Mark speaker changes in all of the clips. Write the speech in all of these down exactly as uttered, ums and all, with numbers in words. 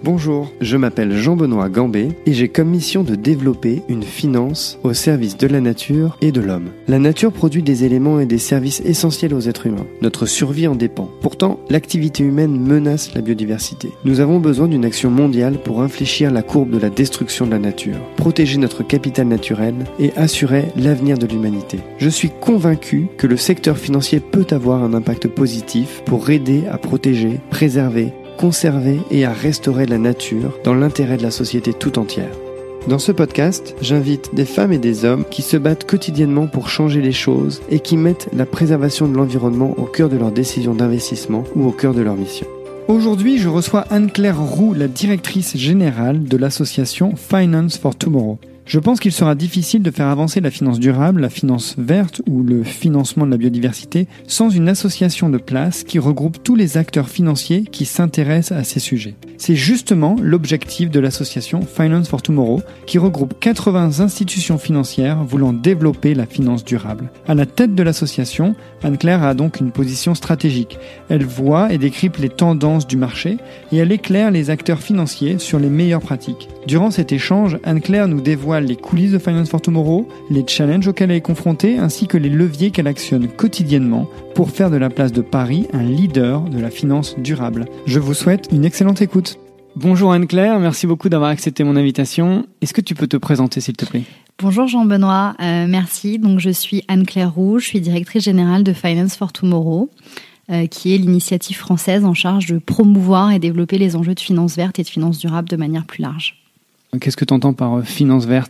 Speaker 1: Bonjour, je m'appelle Jean-Benoît Gambé et j'ai comme mission de développer une finance au service de la nature et de l'homme. La nature produit des éléments et des services essentiels aux êtres humains. Notre survie en dépend. Pourtant, l'activité humaine menace la biodiversité. Nous avons besoin d'une action mondiale pour infléchir la courbe de la destruction de la nature, protéger notre capital naturel et assurer l'avenir de l'humanité. Je suis convaincu que le secteur financier peut avoir un impact positif pour aider à protéger, préserver, conserver et à restaurer la nature dans l'intérêt de la société tout entière. Dans ce podcast, j'invite des femmes et des hommes qui se battent quotidiennement pour changer les choses et qui mettent la préservation de l'environnement au cœur de leurs décisions d'investissement ou au cœur de leur mission.
Speaker 2: Aujourd'hui, je reçois Anne-Claire Roux, la directrice générale de l'association Finance for Tomorrow. Je pense qu'il sera difficile de faire avancer la finance durable, la finance verte ou le financement de la biodiversité sans une association de place qui regroupe tous les acteurs financiers qui s'intéressent à ces sujets. C'est justement l'objectif de l'association Finance for Tomorrow qui regroupe quatre-vingts institutions financières voulant développer la finance durable. À la tête de l'association, Anne-Claire a donc une position stratégique. Elle voit et décrypte les tendances du marché et elle éclaire les acteurs financiers sur les meilleures pratiques. Durant cet échange, Anne-Claire nous dévoile les coulisses de Finance for Tomorrow, les challenges auxquels elle est confrontée, ainsi que les leviers qu'elle actionne quotidiennement pour faire de la place de Paris un leader de la finance durable. Je vous souhaite une excellente écoute. Bonjour Anne-Claire, merci beaucoup d'avoir accepté mon invitation. Est-ce que tu peux te présenter s'il te plaît ?
Speaker 3: Bonjour Jean-Benoît, euh, merci. Donc je suis Anne-Claire Roux, je suis directrice générale de Finance for Tomorrow, euh, qui est l'initiative française en charge de promouvoir et développer les enjeux de finance verte et de finance durable de manière plus large.
Speaker 2: Qu'est-ce que tu entends par euh, finance verte ?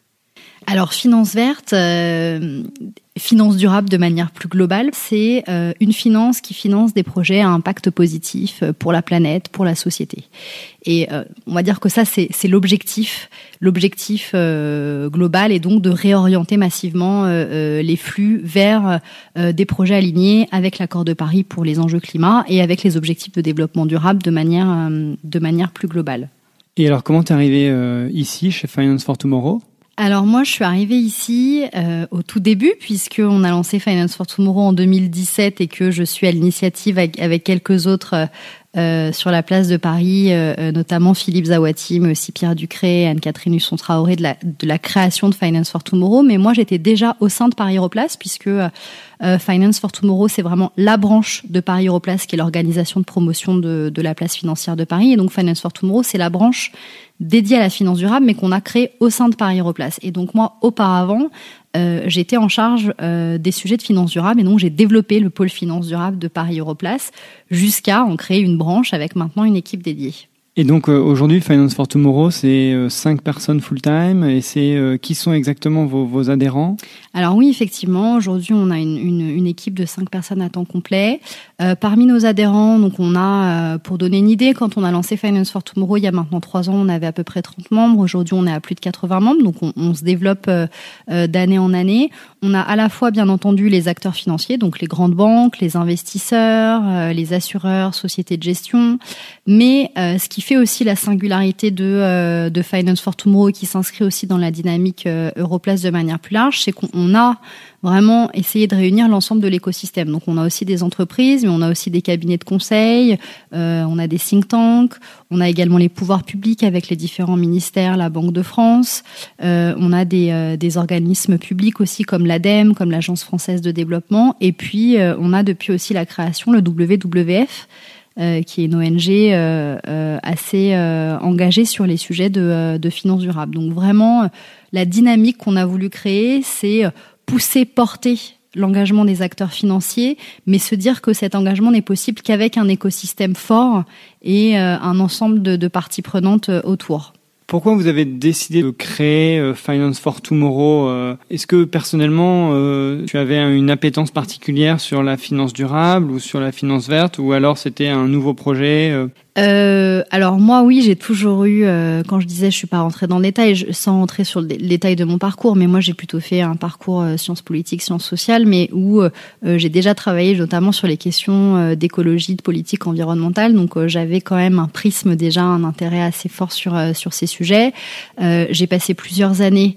Speaker 3: Alors, finance verte, euh, finance durable de manière plus globale, c'est euh, une finance qui finance des projets à impact positif pour la planète, pour la société. Et euh, on va dire que ça, c'est, c'est l'objectif, l'objectif euh, global, et donc de réorienter massivement euh, les flux vers euh, des projets alignés avec l'accord de Paris pour les enjeux climat et avec les objectifs de développement durable de manière, euh, de manière plus globale.
Speaker 2: Et alors, comment t'es arrivé euh, ici, chez Finance for Tomorrow ?
Speaker 3: Alors moi, je suis arrivée ici euh, au tout début, puisqu'on a lancé Finance for Tomorrow en deux mille dix-sept et que je suis à l'initiative avec, avec quelques autres euh, sur la place de Paris, euh, notamment Philippe Zawati, mais aussi Pierre Ducré, Anne-Catherine Husson-Traoré, de la, de la création de Finance for Tomorrow. Mais moi, j'étais déjà au sein de Paris Europlace, puisque euh, Finance for Tomorrow, c'est vraiment la branche de Paris Europlace, qui est l'organisation de promotion de, de la place financière de Paris. Et donc Finance for Tomorrow, c'est la branche dédiée à la finance durable, mais qu'on a créée au sein de Paris Europlace. Et donc moi, auparavant, euh, j'étais en charge euh, des sujets de finance durable, et donc j'ai développé le pôle finance durable de Paris Europlace jusqu'à en créer une branche avec maintenant une équipe dédiée.
Speaker 2: Et donc euh, aujourd'hui, Finance for Tomorrow, c'est euh, cinq personnes full-time, et c'est euh, qui sont exactement vos, vos adhérents ?
Speaker 3: Alors oui, effectivement, aujourd'hui on a une, une, une équipe de cinq personnes à temps complet. Euh, parmi nos adhérents, donc on a, euh, pour donner une idée, quand on a lancé Finance for Tomorrow il y a maintenant trois ans, on avait à peu près trente membres. Aujourd'hui, on est à plus de quatre-vingts membres, donc on, on se développe euh, euh, d'année en année. On a à la fois, bien entendu, les acteurs financiers, donc les grandes banques, les investisseurs, euh, les assureurs, sociétés de gestion, mais euh, ce qui fait aussi la singularité de, euh, de Finance for Tomorrow et qui s'inscrit aussi dans la dynamique euh, Europlace de manière plus large, c'est qu'on a vraiment essayé de réunir l'ensemble de l'écosystème. Donc on a aussi des entreprises, mais on a aussi des cabinets de conseil, euh, on a des think tanks, on a également les pouvoirs publics avec les différents ministères, la Banque de France, euh, on a des, euh, des organismes publics aussi comme l'ADEME, comme l'Agence française de développement, et puis euh, on a depuis aussi la création, le W W F, Euh, qui est une O N G euh, euh, assez euh, engagée sur les sujets de, euh, de finance durable. Donc vraiment, euh, la dynamique qu'on a voulu créer, c'est pousser, porter l'engagement des acteurs financiers, mais se dire que cet engagement n'est possible qu'avec un écosystème fort et euh, un ensemble de, de parties prenantes euh, autour.
Speaker 2: Pourquoi vous avez décidé de créer euh, Finance for Tomorrow ? euh, Est-ce que personnellement, euh, tu avais une appétence particulière sur la finance durable ou sur la finance verte, ou alors c'était un nouveau projet euh
Speaker 3: Euh, alors moi, oui, j'ai toujours eu, euh, quand je disais je suis pas rentrée dans le détail, je, sans rentrer sur le, dé- le détail de mon parcours, mais moi j'ai plutôt fait un parcours euh, sciences politiques, sciences sociales, mais où euh, j'ai déjà travaillé notamment sur les questions euh, d'écologie, de politique environnementale, donc euh, j'avais quand même un prisme, déjà un intérêt assez fort sur, euh, sur ces sujets. Euh, j'ai passé plusieurs années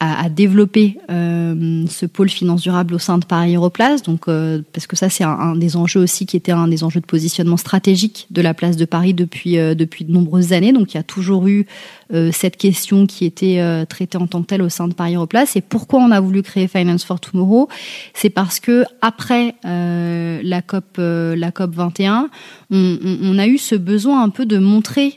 Speaker 3: à, à développer euh, ce pôle finance durable au sein de Paris Europlace. Donc, euh, parce que ça, c'est un, un des enjeux aussi qui était un des enjeux de positionnement stratégique de la place de Paris depuis euh, depuis de nombreuses années. Donc, il y a toujours eu euh, cette question qui était euh, traitée en tant que telle au sein de Paris Europlace. Et pourquoi on a voulu créer Finance for Tomorrow ? C'est parce que après euh, la COP euh, la COP vingt et un, on, on, on a eu ce besoin un peu de montrer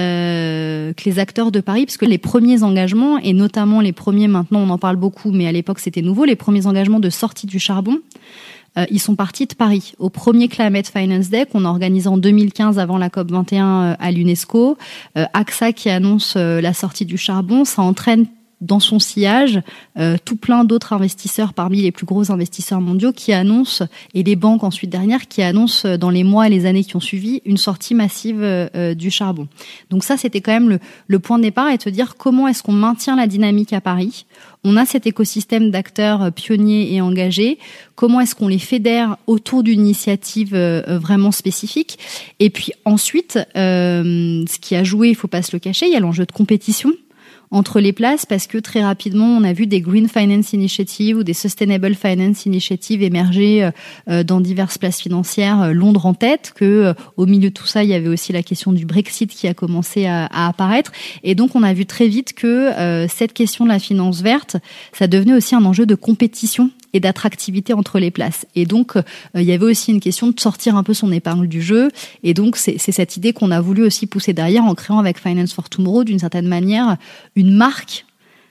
Speaker 3: Euh, que les acteurs de Paris, parce que les premiers engagements, et notamment les premiers, maintenant on en parle beaucoup, mais à l'époque c'était nouveau, les premiers engagements de sortie du charbon, euh, ils sont partis de Paris. Au premier Climate Finance Day qu'on a organisé en deux mille quinze avant la COP vingt et un à l'UNESCO, euh, A X A qui annonce euh, la sortie du charbon, ça entraîne dans son sillage euh, tout plein d'autres investisseurs parmi les plus gros investisseurs mondiaux qui annoncent, et les banques ensuite derrière, qui annoncent euh, dans les mois et les années qui ont suivi une sortie massive euh, du charbon. Donc ça, c'était quand même le, le point de départ, et de se dire comment est-ce qu'on maintient la dynamique à Paris. On a cet écosystème d'acteurs pionniers et engagés. Comment est-ce qu'on les fédère autour d'une initiative euh, vraiment spécifique ? Et puis ensuite, euh, ce qui a joué, il faut pas se le cacher, il y a l'enjeu de compétition entre les places, parce que très rapidement, on a vu des Green Finance Initiatives ou des Sustainable Finance Initiatives émerger euh, dans diverses places financières, euh, Londres en tête, que euh, au milieu de tout ça, il y avait aussi la question du Brexit qui a commencé à, à apparaître. Et donc, on a vu très vite que euh, cette question de la finance verte, ça devenait aussi un enjeu de compétition et d'attractivité entre les places. Et donc, euh, il y avait aussi une question de sortir un peu son épingle du jeu. Et donc, c'est, c'est cette idée qu'on a voulu aussi pousser derrière en créant avec Finance for Tomorrow, d'une certaine manière, une marque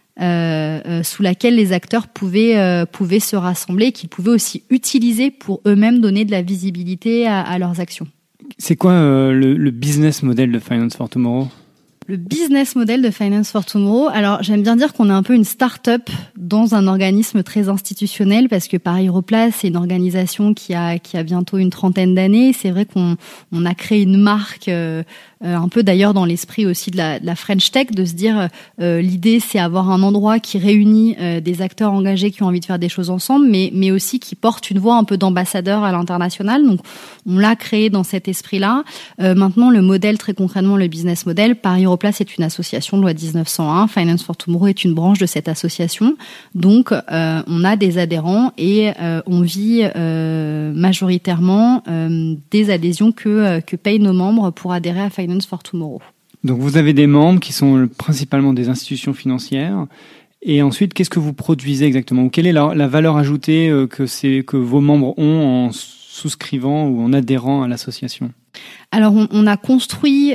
Speaker 3: euh, euh, sous laquelle les acteurs pouvaient, euh, pouvaient se rassembler, qu'ils pouvaient aussi utiliser pour eux-mêmes donner de la visibilité à, à leurs actions.
Speaker 2: C'est quoi euh, le, le business model de Finance for Tomorrow ?
Speaker 3: Le business model de Finance for Tomorrow, alors j'aime bien dire qu'on est un peu une start-up dans un organisme très institutionnel, parce que Paris Europlace, c'est une organisation qui a qui a bientôt une trentaine d'années. C'est vrai qu'on on a créé une marque euh, un peu d'ailleurs dans l'esprit aussi de la, de la French Tech, de se dire euh, l'idée c'est avoir un endroit qui réunit euh, des acteurs engagés qui ont envie de faire des choses ensemble, mais mais aussi qui porte une voix un peu d'ambassadeur à l'international. Donc on l'a créé dans cet esprit-là. Euh, maintenant le modèle, très concrètement le business model, Paris Europlace est une association de loi dix-neuf cent un. Finance for Tomorrow est une branche de cette association. Donc, euh, on a des adhérents et euh, on vit euh, majoritairement euh, des adhésions que, euh, que payent nos membres pour adhérer à Finance for Tomorrow.
Speaker 2: Donc, vous avez des membres qui sont principalement des institutions financières. Et ensuite, qu'est-ce que vous produisez exactement ? Ou quelle est la, la valeur ajoutée euh, que, c'est, que vos membres ont en souscrivant ou en adhérant à l'association ?
Speaker 3: Alors, on, on a construit,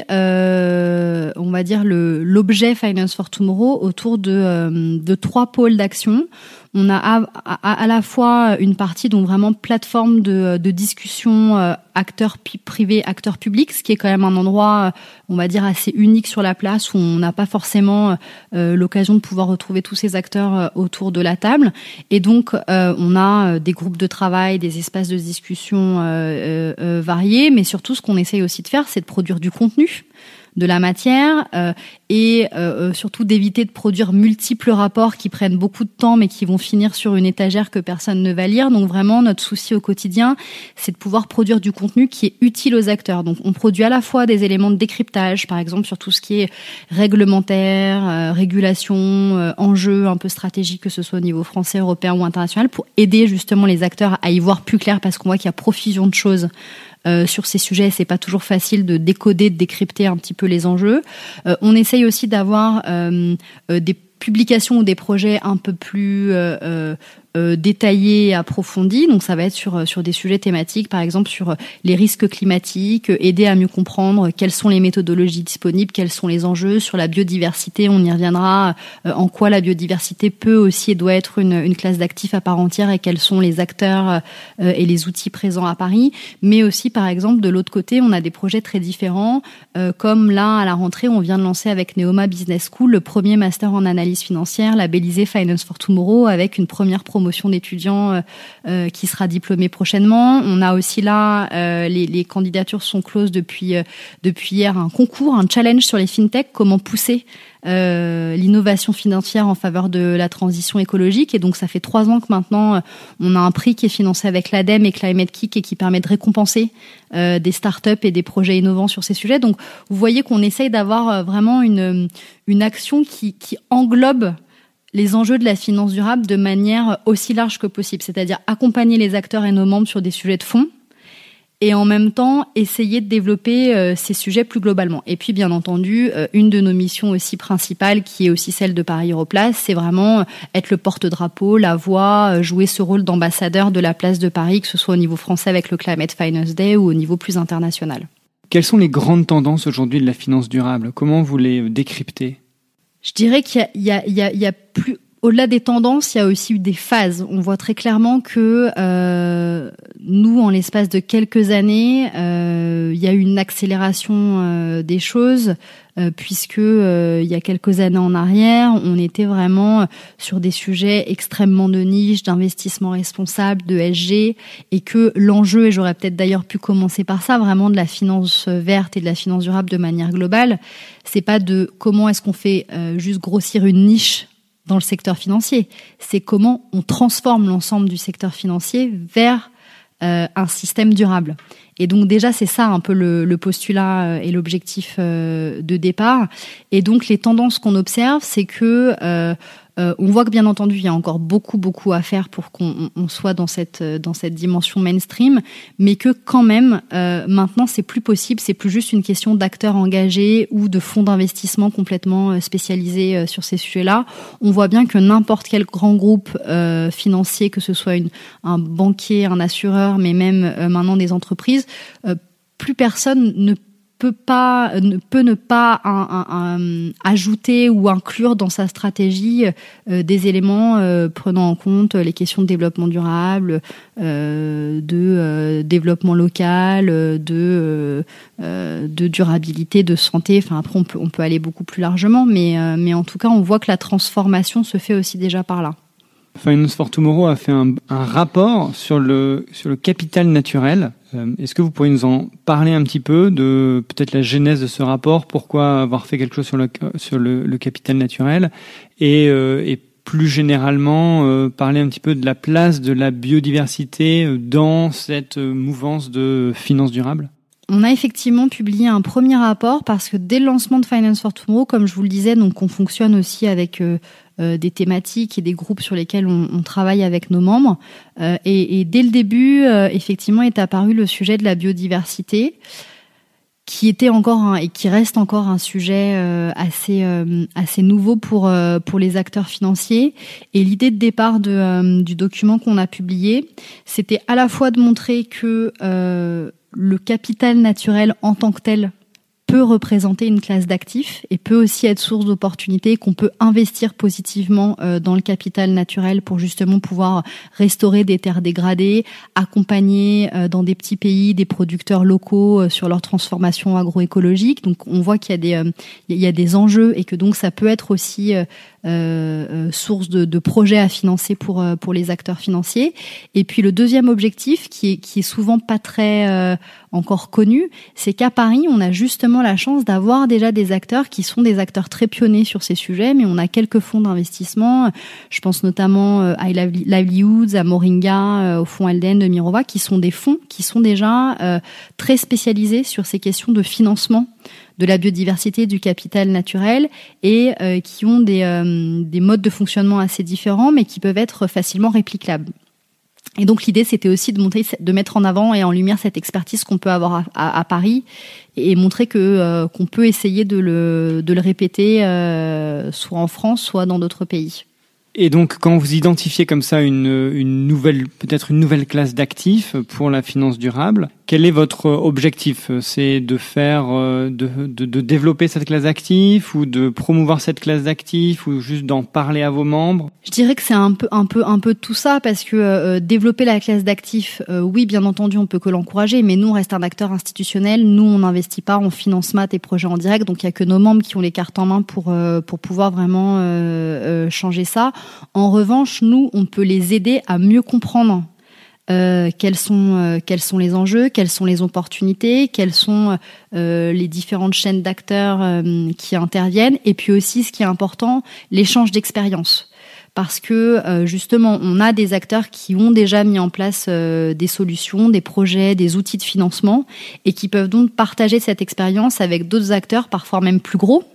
Speaker 3: euh, on va dire, le, l'objet Finance for Tomorrow autour de, euh, de trois pôles d'action. On a à, à, à la fois une partie, donc vraiment plateforme de, de discussion euh, acteurs pi- privés, acteurs publics, ce qui est quand même un endroit, on va dire, assez unique sur la place, où on n'a pas forcément euh, l'occasion de pouvoir retrouver tous ces acteurs euh, autour de la table. Et donc, euh, on a des groupes de travail, des espaces de discussion euh, euh, variés, mais surtout, ce qu'on essaye aussi de faire, c'est de produire du contenu, de la matière euh, et euh, surtout d'éviter de produire multiples rapports qui prennent beaucoup de temps mais qui vont finir sur une étagère que personne ne va lire. Donc vraiment, notre souci au quotidien, c'est de pouvoir produire du contenu qui est utile aux acteurs. Donc on produit à la fois des éléments de décryptage, par exemple sur tout ce qui est réglementaire, euh, régulation, euh, enjeux un peu stratégiques, que ce soit au niveau français, européen ou international, pour aider justement les acteurs à y voir plus clair, parce qu'on voit qu'il y a profusion de choses Euh, sur ces sujets. C'est pas toujours facile de décoder, de décrypter un petit peu les enjeux. Euh, on essaye aussi d'avoir euh, euh, des publications ou des projets un peu plus euh, euh, euh, détaillés et approfondis. Donc ça va être sur sur des sujets thématiques, par exemple sur les risques climatiques, aider à mieux comprendre quelles sont les méthodologies disponibles, quels sont les enjeux. Sur la biodiversité, on y reviendra, euh, en quoi la biodiversité peut aussi et doit être une, une classe d'actifs à part entière, et quels sont les acteurs euh, et les outils présents à Paris. Mais aussi, par exemple, de l'autre côté, on a des projets très différents, euh, comme là, à la rentrée, on vient de lancer avec Neoma Business School le premier master en analyse financière, labellisé Finance for Tomorrow, avec une première promotion d'étudiants euh, euh, qui sera diplômé prochainement. On a aussi là, euh, les, les candidatures sont closes depuis, euh, depuis hier, un concours, un challenge sur les fintech, comment pousser Euh, l'innovation financière en faveur de la transition écologique. Et donc ça fait trois ans que maintenant on a un prix qui est financé avec l'ADEME et Climate Kick, et qui permet de récompenser euh, des startups et des projets innovants sur ces sujets. Donc vous voyez qu'on essaye d'avoir vraiment une, une action qui, qui englobe les enjeux de la finance durable de manière aussi large que possible, c'est-à-dire accompagner les acteurs et nos membres sur des sujets de fond, et en même temps essayer de développer euh, ces sujets plus globalement. Et puis bien entendu, euh, une de nos missions aussi principales, qui est aussi celle de Paris Europlace, c'est vraiment être le porte-drapeau, la voix, euh, jouer ce rôle d'ambassadeur de la place de Paris, que ce soit au niveau français avec le Climate Finance Day ou au niveau plus international.
Speaker 2: Quelles sont les grandes tendances aujourd'hui de la finance durable ? Comment vous les décryptez ?
Speaker 3: Je dirais qu'il y a, il y a, il y a, il y a plus... Au-delà des tendances, il y a aussi eu des phases. On voit très clairement que euh, nous, en l'espace de quelques années, euh, il y a eu une accélération euh, des choses, euh, puisque euh, il y a quelques années en arrière, on était vraiment sur des sujets extrêmement de niche, d'investissement responsable, de S G, et que l'enjeu, et j'aurais peut-être d'ailleurs pu commencer par ça, vraiment de la finance verte et de la finance durable de manière globale, c'est pas de comment est-ce qu'on fait euh, juste grossir une niche dans le secteur financier, c'est comment on transforme l'ensemble du secteur financier vers euh, un système durable. Et donc déjà, c'est ça un peu le, le postulat et l'objectif euh, de départ. Et donc les tendances qu'on observe, c'est que euh, euh, on voit que bien entendu, il y a encore beaucoup beaucoup à faire pour qu'on on soit dans cette dans cette dimension mainstream, mais que quand même euh, maintenant c'est plus possible, c'est plus juste une question d'acteurs engagés ou de fonds d'investissement complètement spécialisés euh, sur ces sujets-là. On voit bien que n'importe quel grand groupe euh, financier, que ce soit une, un banquier, un assureur, mais même euh, maintenant des entreprises, euh, plus personne ne peut pas ne peut ne pas un, un, un, ajouter ou inclure dans sa stratégie euh, des éléments euh, prenant en compte les questions de développement durable, euh, de euh, développement local, de euh, de durabilité, de santé. Enfin après on peut on peut aller beaucoup plus largement, mais euh, mais en tout cas on voit que la transformation se fait aussi déjà par là.
Speaker 2: Finance for Tomorrow a fait un, un rapport sur le sur le capital naturel. Euh, est-ce que vous pourriez nous en parler un petit peu de peut-être la genèse de ce rapport, pourquoi avoir fait quelque chose sur le sur le, le capital naturel, et, euh, et plus généralement euh, parler un petit peu de la place de la biodiversité dans cette mouvance de finance durable?
Speaker 3: On a effectivement publié un premier rapport parce que dès le lancement de Finance for Tomorrow, comme je vous le disais, donc on fonctionne aussi avec euh, euh, des thématiques et des groupes sur lesquels on, on travaille avec nos membres. Euh, et, et dès le début, euh, effectivement, est apparu le sujet de la biodiversité, qui était encore un, et qui reste encore un sujet euh, assez euh, assez nouveau pour euh, pour les acteurs financiers. Et l'idée de départ de euh, du document qu'on a publié, c'était à la fois de montrer que euh, le capital naturel en tant que tel peut représenter une classe d'actifs et peut aussi être source d'opportunités, qu'on peut investir positivement euh, dans le capital naturel pour justement pouvoir restaurer des terres dégradées, accompagner euh, dans des petits pays des producteurs locaux euh, sur leur transformation agroécologique. Donc on voit qu'il y a des euh, il y a des enjeux et que donc ça peut être aussi euh, euh, source de, de projets à financer pour euh, pour les acteurs financiers. Et puis le deuxième objectif qui est qui est souvent pas très euh, encore connu, c'est qu'à Paris, on a justement la chance d'avoir déjà des acteurs qui sont des acteurs très pionniers sur ces sujets, mais on a quelques fonds d'investissement, je pense notamment à Livelihoods, à Moringa, au fonds Alden de Mirova, qui sont des fonds qui sont déjà euh, très spécialisés sur ces questions de financement de la biodiversité, du capital naturel, et euh, qui ont des, euh, des modes de fonctionnement assez différents, mais qui peuvent être facilement réplicables. Et donc l'idée, c'était aussi de montrer, de mettre en avant et en lumière cette expertise qu'on peut avoir à, à, à Paris, et montrer que euh, qu'on peut essayer de le de le répéter euh, soit en France, soit dans d'autres pays.
Speaker 2: Et donc, quand vous identifiez comme ça une une nouvelle, peut-être une nouvelle classe d'actifs pour la finance durable, quel est votre objectif? C'est de faire, de, de, de développer cette classe d'actifs, ou de promouvoir cette classe d'actifs, ou juste d'en parler à vos membres?
Speaker 3: Je dirais que c'est un peu, un peu, un peu de tout ça, parce que euh, développer la classe d'actifs, euh, oui, bien entendu, on peut que l'encourager, mais nous, on reste un acteur institutionnel. Nous, on n'investit pas, on finance mat et projets en direct, donc il y a que nos membres qui ont les cartes en main pour euh, pour pouvoir vraiment euh, euh, changer ça. En revanche, nous, on peut les aider à mieux comprendre Euh, quels sont euh, quels sont les enjeux, quelles sont les opportunités, quelles sont euh, les différentes chaînes d'acteurs euh, qui interviennent, et puis aussi, ce qui est important, l'échange d'expériences. Parce que euh, justement, on a des acteurs qui ont déjà mis en place euh, des solutions, des projets, des outils de financement, et qui peuvent donc partager cette expérience avec d'autres acteurs, parfois même plus gros,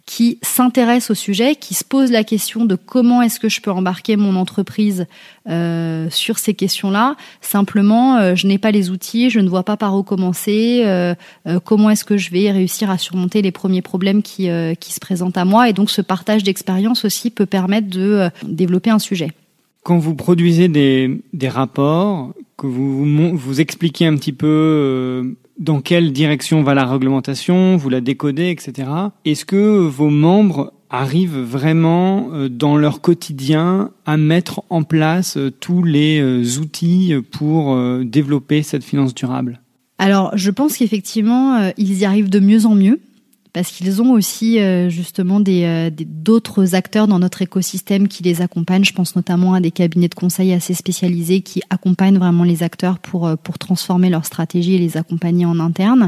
Speaker 3: qui s'intéresse au sujet, qui se pose la question de comment est-ce que je peux embarquer mon entreprise euh, sur ces questions-là. Simplement, euh, je n'ai pas les outils, je ne vois pas par où commencer, euh, euh, comment est-ce que je vais réussir à surmonter les premiers problèmes qui, euh, qui se présentent à moi. Et donc, ce partage d'expérience aussi peut permettre de euh, développer un sujet.
Speaker 2: Quand vous produisez des, des rapports, que vous, vous vous expliquez un petit peu euh, dans quelle direction va la réglementation, vous la décodez, et cetera. Est-ce que vos membres arrivent vraiment euh, dans leur quotidien à mettre en place euh, tous les euh, outils pour euh, développer cette finance durable ?
Speaker 3: Alors, je pense qu'effectivement, euh, ils y arrivent de mieux en mieux. Parce qu'ils ont aussi euh, justement des, euh, des, d'autres acteurs dans notre écosystème qui les accompagnent. Je pense notamment à des cabinets de conseil assez spécialisés qui accompagnent vraiment les acteurs pour, euh, pour transformer leur stratégie et les accompagner en interne.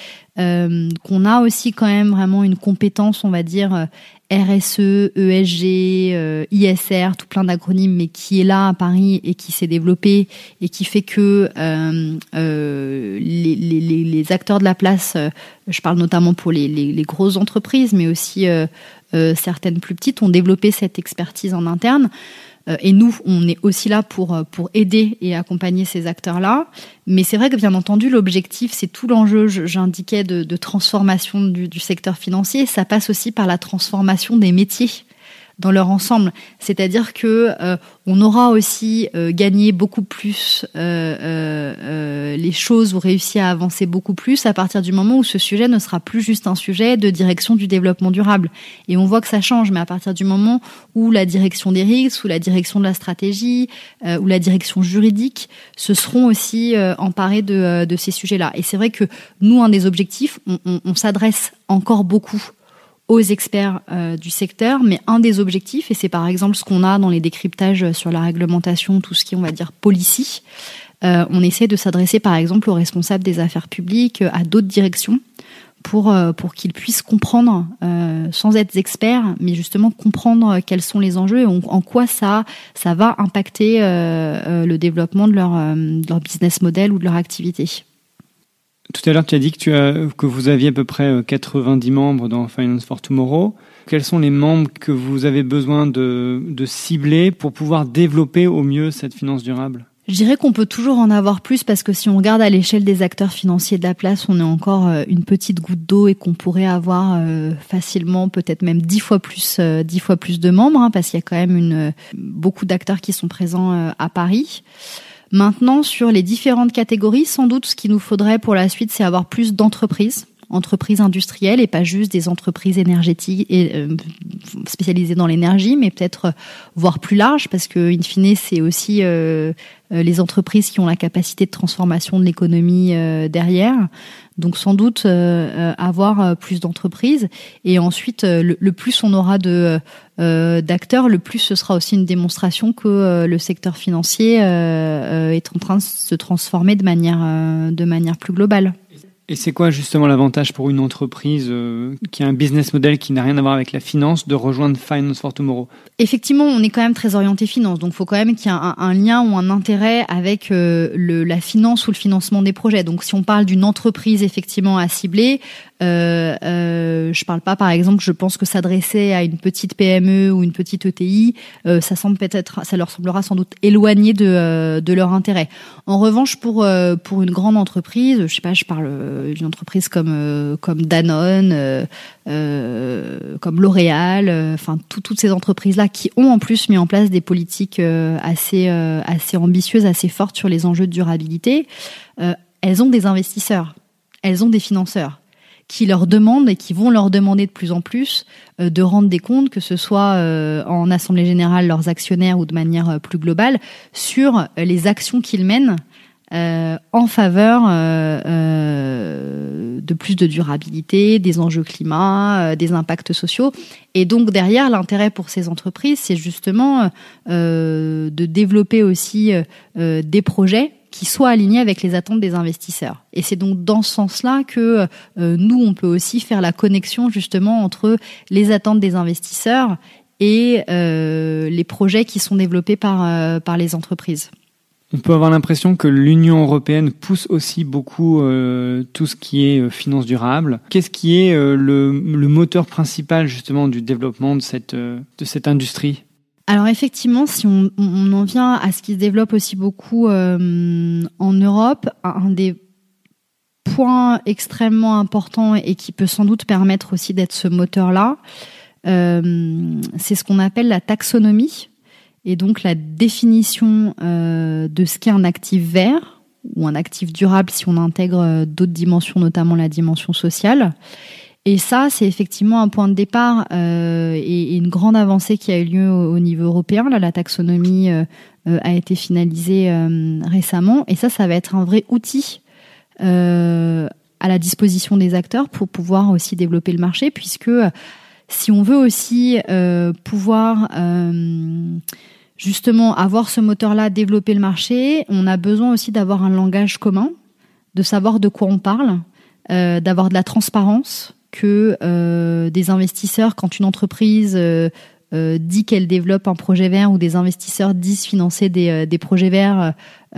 Speaker 3: Euh, qu'on a aussi quand même vraiment une compétence, on va dire, euh, R S E, E S G, euh, I S R, tout plein d'acronymes, mais qui est là à Paris et qui s'est développé et qui fait que euh, euh, les, les, les acteurs de la place, euh, je parle notamment pour les, les, les grosses entreprises, mais aussi euh, euh, certaines plus petites, ont développé cette expertise en interne. Et nous, on est aussi là pour pour aider et accompagner ces acteurs-là. Mais c'est vrai que, bien entendu, l'objectif, c'est tout l'enjeu, j'indiquais, de, de transformation du, du secteur financier. Ça passe aussi par la transformation des métiers dans leur ensemble. C'est-à-dire que euh, on aura aussi euh, gagné beaucoup plus euh, euh, euh, les choses ou réussi à avancer beaucoup plus à partir du moment où ce sujet ne sera plus juste un sujet de direction du développement durable. Et on voit que ça change, mais à partir du moment où la direction des risques, ou la direction de la stratégie, euh, ou la direction juridique se seront aussi euh, emparés de, euh, de ces sujets-là. Et c'est vrai que nous, un des objectifs, on, on, on s'adresse encore beaucoup aux experts euh, du secteur, mais un des objectifs, et c'est par exemple ce qu'on a dans les décryptages sur la réglementation, tout ce qui est, on va dire, policy, euh, on essaie de s'adresser par exemple aux responsables des affaires publiques, à d'autres directions, pour euh, pour qu'ils puissent comprendre, euh, sans être experts, mais justement comprendre quels sont les enjeux et en, en quoi ça ça va impacter euh, euh, le développement de leur, euh, de leur business model ou de leur activité.
Speaker 2: Tout à l'heure, tu as dit que, tu as, que vous aviez à peu près quatre-vingt-dix membres dans Finance for Tomorrow. Quels sont les membres que vous avez besoin de, de cibler pour pouvoir développer au mieux cette finance durable ?
Speaker 3: Je dirais qu'on peut toujours en avoir plus parce que si on regarde à l'échelle des acteurs financiers de la place, on est encore une petite goutte d'eau et qu'on pourrait avoir facilement peut-être même dix fois plus, dix fois plus de membres, hein, parce qu'il y a quand même une, beaucoup d'acteurs qui sont présents à Paris. Maintenant, sur les différentes catégories, sans doute, ce qu'il nous faudrait pour la suite, c'est avoir plus d'entreprises, entreprises industrielles et pas juste des entreprises énergétiques et euh, spécialisées dans l'énergie, mais peut-être euh, voire plus large, parce que in fine, c'est aussi euh, euh, les entreprises qui ont la capacité de transformation de l'économie euh, derrière. Donc sans doute euh, avoir euh, plus d'entreprises et ensuite euh, le, le plus on aura de euh, d'acteurs, le plus ce sera aussi une démonstration que euh, le secteur financier euh, euh, est en train de se transformer de manière euh, de manière plus globale.
Speaker 2: Et c'est quoi justement l'avantage pour une entreprise euh, qui a un business model qui n'a rien à voir avec la finance de rejoindre Finance for Tomorrow ?
Speaker 3: Effectivement, on est quand même très orienté finance, donc il faut quand même qu'il y ait un, un lien ou un intérêt avec euh, le, la finance ou le financement des projets. Donc si on parle d'une entreprise effectivement à cibler, euh, euh, je parle pas par exemple, je pense que s'adresser à une petite P M E ou une petite E T I, euh, ça semble peut-être, ça leur semblera sans doute éloigné de, euh, de leur intérêt. En revanche, pour euh, pour une grande entreprise, je sais pas, je parle d'une entreprise comme euh, comme Danone, euh, euh, comme L'Oréal, enfin euh, toutes ces entreprises là qui ont en plus mis en place des politiques euh, assez euh, assez ambitieuses, assez fortes sur les enjeux de durabilité. Euh, elles ont des investisseurs, elles ont des financeurs qui leur demandent et qui vont leur demander de plus en plus euh, de rendre des comptes, que ce soit euh, en assemblée générale leurs actionnaires ou de manière euh, plus globale, sur euh, les actions qu'ils mènent euh, en faveur euh, euh, de plus de durabilité, des enjeux climat, euh, des impacts sociaux. Et donc derrière, l'intérêt pour ces entreprises, c'est justement euh, de développer aussi euh, des projets qui soient alignés avec les attentes des investisseurs. Et c'est donc dans ce sens-là que euh, nous, on peut aussi faire la connexion justement entre les attentes des investisseurs et euh, les projets qui sont développés par, euh, par les entreprises.
Speaker 2: On peut avoir l'impression que l'Union européenne pousse aussi beaucoup euh, tout ce qui est euh, finance durable. Qu'est-ce qui est euh, le, le moteur principal justement du développement de cette, euh, de cette industrie ?
Speaker 3: Alors effectivement, si on, on en vient à ce qui se développe aussi beaucoup euh, en Europe, un des points extrêmement importants et qui peut sans doute permettre aussi d'être ce moteur-là, euh, c'est ce qu'on appelle la taxonomie. Et donc la définition euh, de ce qu'est un actif vert ou un actif durable si on intègre euh, d'autres dimensions, notamment la dimension sociale. Et ça, c'est effectivement un point de départ euh, et, et une grande avancée qui a eu lieu au, au niveau européen. Là, la taxonomie euh, euh, a été finalisée euh, récemment. Et ça, ça va être un vrai outil euh, à la disposition des acteurs pour pouvoir aussi développer le marché, puisque si on veut aussi euh, pouvoir... Euh, justement, avoir ce moteur-là, développer le marché, on a besoin aussi d'avoir un langage commun, de savoir de quoi on parle, euh, d'avoir de la transparence, que euh, des investisseurs, quand une entreprise euh, euh, dit qu'elle développe un projet vert ou des investisseurs disent financer des, euh, des projets verts,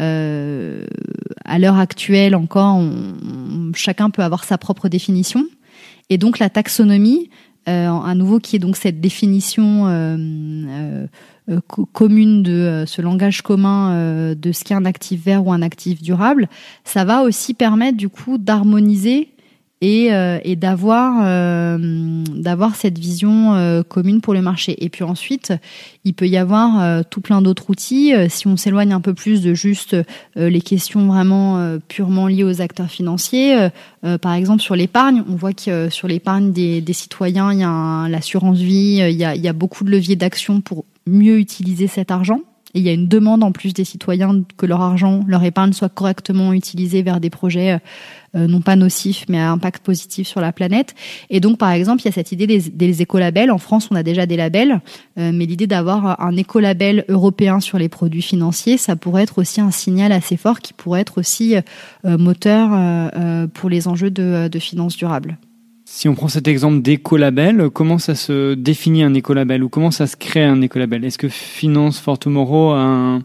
Speaker 3: euh, à l'heure actuelle encore, on, on, chacun peut avoir sa propre définition. Et donc la taxonomie, euh, à nouveau, qui est donc cette définition euh, euh, Euh, commune de euh, ce langage commun euh, de ce qu'est un actif vert ou un actif durable, ça va aussi permettre du coup d'harmoniser et, euh, et d'avoir euh, d'avoir cette vision euh, commune pour le marché. Et puis ensuite, il peut y avoir euh, tout plein d'autres outils. Euh, si on s'éloigne un peu plus de juste euh, les questions vraiment euh, purement liées aux acteurs financiers, euh, euh, par exemple sur l'épargne, on voit que euh, sur l'épargne des, des citoyens, il y a un, l'assurance vie, euh, il y a, il y a beaucoup de leviers d'action pour mieux utiliser cet argent. Et il y a une demande en plus des citoyens que leur argent, leur épargne soit correctement utilisée vers des projets euh, non pas nocifs mais à impact positif sur la planète. Et donc par exemple, il y a cette idée des, des écolabels. En France, on a déjà des labels, euh, mais l'idée d'avoir un écolabel européen sur les produits financiers, ça pourrait être aussi un signal assez fort qui pourrait être aussi euh, moteur euh, euh, pour les enjeux de, de finances durables.
Speaker 2: Si on prend cet exemple d'écolabel, comment ça se définit un écolabel ou comment ça se crée un écolabel ? Est-ce que Finance for Tomorrow a un,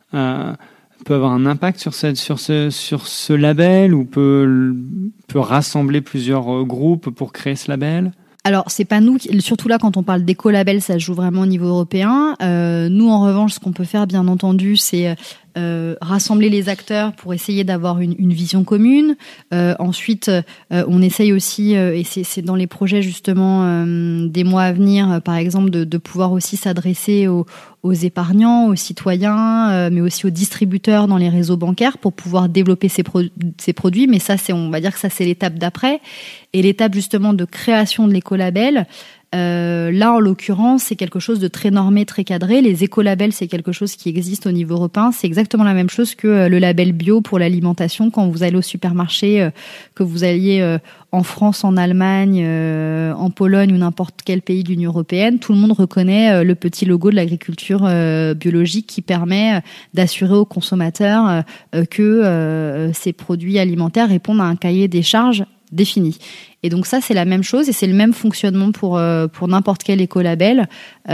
Speaker 2: a, peut avoir un impact sur, cette, sur, ce, sur ce label ou peut, peut rassembler plusieurs groupes pour créer ce label ?
Speaker 3: Alors, c'est pas nous, qui, surtout là, quand on parle d'écolabel, ça se joue vraiment au niveau européen. Euh, nous, en revanche, ce qu'on peut faire, bien entendu, c'est euh, rassembler les acteurs pour essayer d'avoir une, une vision commune. Euh, ensuite, euh, on essaye aussi, euh, et c'est, c'est dans les projets justement euh, des mois à venir, euh, par exemple, de, de pouvoir aussi s'adresser aux, aux épargnants, aux citoyens, euh, mais aussi aux distributeurs dans les réseaux bancaires pour pouvoir développer ces, pro- ces produits. Mais ça, c'est, on va dire que ça, c'est l'étape d'après. Et l'étape justement de création de l'écolabel, euh, là en l'occurrence, c'est quelque chose de très normé, très cadré. Les écolabels, c'est quelque chose qui existe au niveau européen. C'est exactement la même chose que euh, le label bio pour l'alimentation. Quand vous allez au supermarché, euh, que vous alliez euh, en France, en Allemagne, euh, en Pologne ou n'importe quel pays de l'Union européenne, tout le monde reconnaît euh, le petit logo de l'agriculture euh, biologique qui permet euh, d'assurer aux consommateurs euh, que euh, ces produits alimentaires répondent à un cahier des charges défini. Et donc ça, c'est la même chose et c'est le même fonctionnement pour euh, pour n'importe quel écolabel